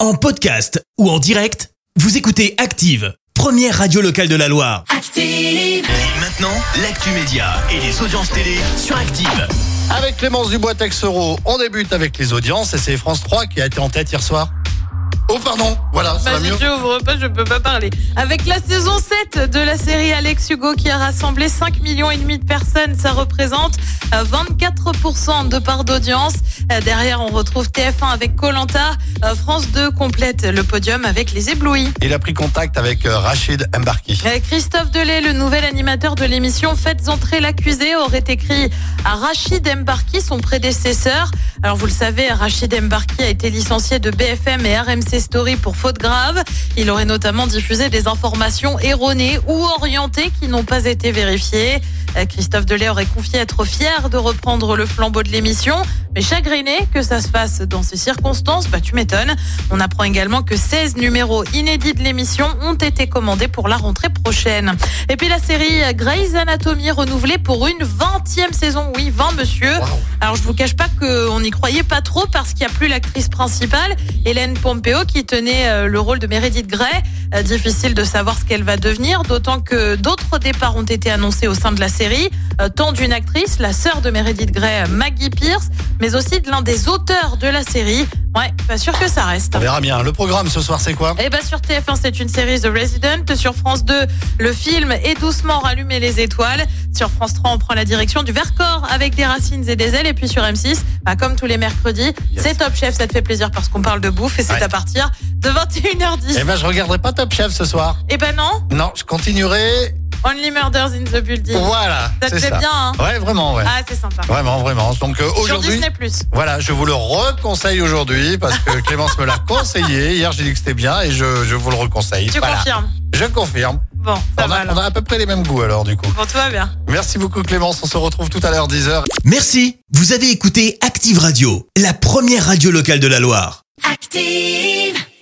En podcast ou en direct, vous écoutez Active, première radio locale de la Loire. Active! Et maintenant, l'actu média et les audiences télé sur Active. Avec Clémence Dubois-Texero, on débute avec les audiences et c'est France 3 qui a été en tête hier soir. Oh pardon, voilà, ça va mieux. Si tu ouvres pas, je peux pas parler. Avec la saison 7 de la série Alex Hugo qui a rassemblé 5,5 millions de personnes, ça représente 24% de part d'audience. Derrière, on retrouve TF1 avec Koh-Lanta. France 2 complète le podium avec Les Éblouis. Il a pris contact avec Rachid Mbarki. Christophe Delay, le nouvel animateur de l'émission Faites entrer l'accusé, aurait écrit à Rachid Mbarki, son prédécesseur. Alors vous le savez, Rachid Mbarki a été licencié de BFM et RMC Story pour faute grave. Il aurait notamment diffusé des informations erronées ou orientées qui n'ont pas été vérifiées. Christophe Delay aurait confié être fier de reprendre le flambeau de l'émission, mais chagriné que ça se fasse dans ces circonstances, tu m'étonnes. On apprend également que 16 numéros inédits de l'émission ont été commandés pour la rentrée prochaine. Et puis la série Grey's Anatomy renouvelée pour une 20e saison. Oui, 20 monsieur. Wow. Alors je vous cache pas qu'on n'y croyait pas trop parce qu'il n'y a plus l'actrice principale, Hélène Pompeo, qui tenait le rôle de Meredith Grey. Difficile de savoir ce qu'elle va devenir, d'autant que d'autres départs ont été annoncés au sein de la série, tant d'une actrice, la sœur de Meredith Grey, Maggie Pierce, mais aussi de l'un des auteurs de la série. Ouais, pas sûr que ça reste. On verra bien. Le programme ce soir, c'est quoi ? Sur TF1, c'est une série The Resident. Sur France 2, le film Et doucement rallumer les étoiles. Sur France 3, on prend la direction du Vercors avec des racines et des ailes. Et puis sur M6, comme tous les mercredis, c'est Top Chef. Ça te fait plaisir parce qu'on parle de bouffe et c'est à partir de 21h10. Je regarderai pas Top Chef ce soir. Non. Non, je continuerai... Only Murders in the Building. Voilà, ça te fait bien, hein ? Ouais, vraiment, ouais. Ah, c'est sympa. Vraiment. Donc aujourd'hui, sur Disney+. Voilà, je vous le reconseille aujourd'hui parce que Clémence me l'a conseillé. Hier, j'ai dit que c'était bien et je vous le reconseille. Tu confirmes ? Je confirme. Bon, ça va alors. On a à peu près les mêmes goûts alors du coup. Bon, tout va bien. Merci beaucoup Clémence, on se retrouve tout à l'heure 10h. Merci, vous avez écouté Active Radio, la première radio locale de la Loire. Active!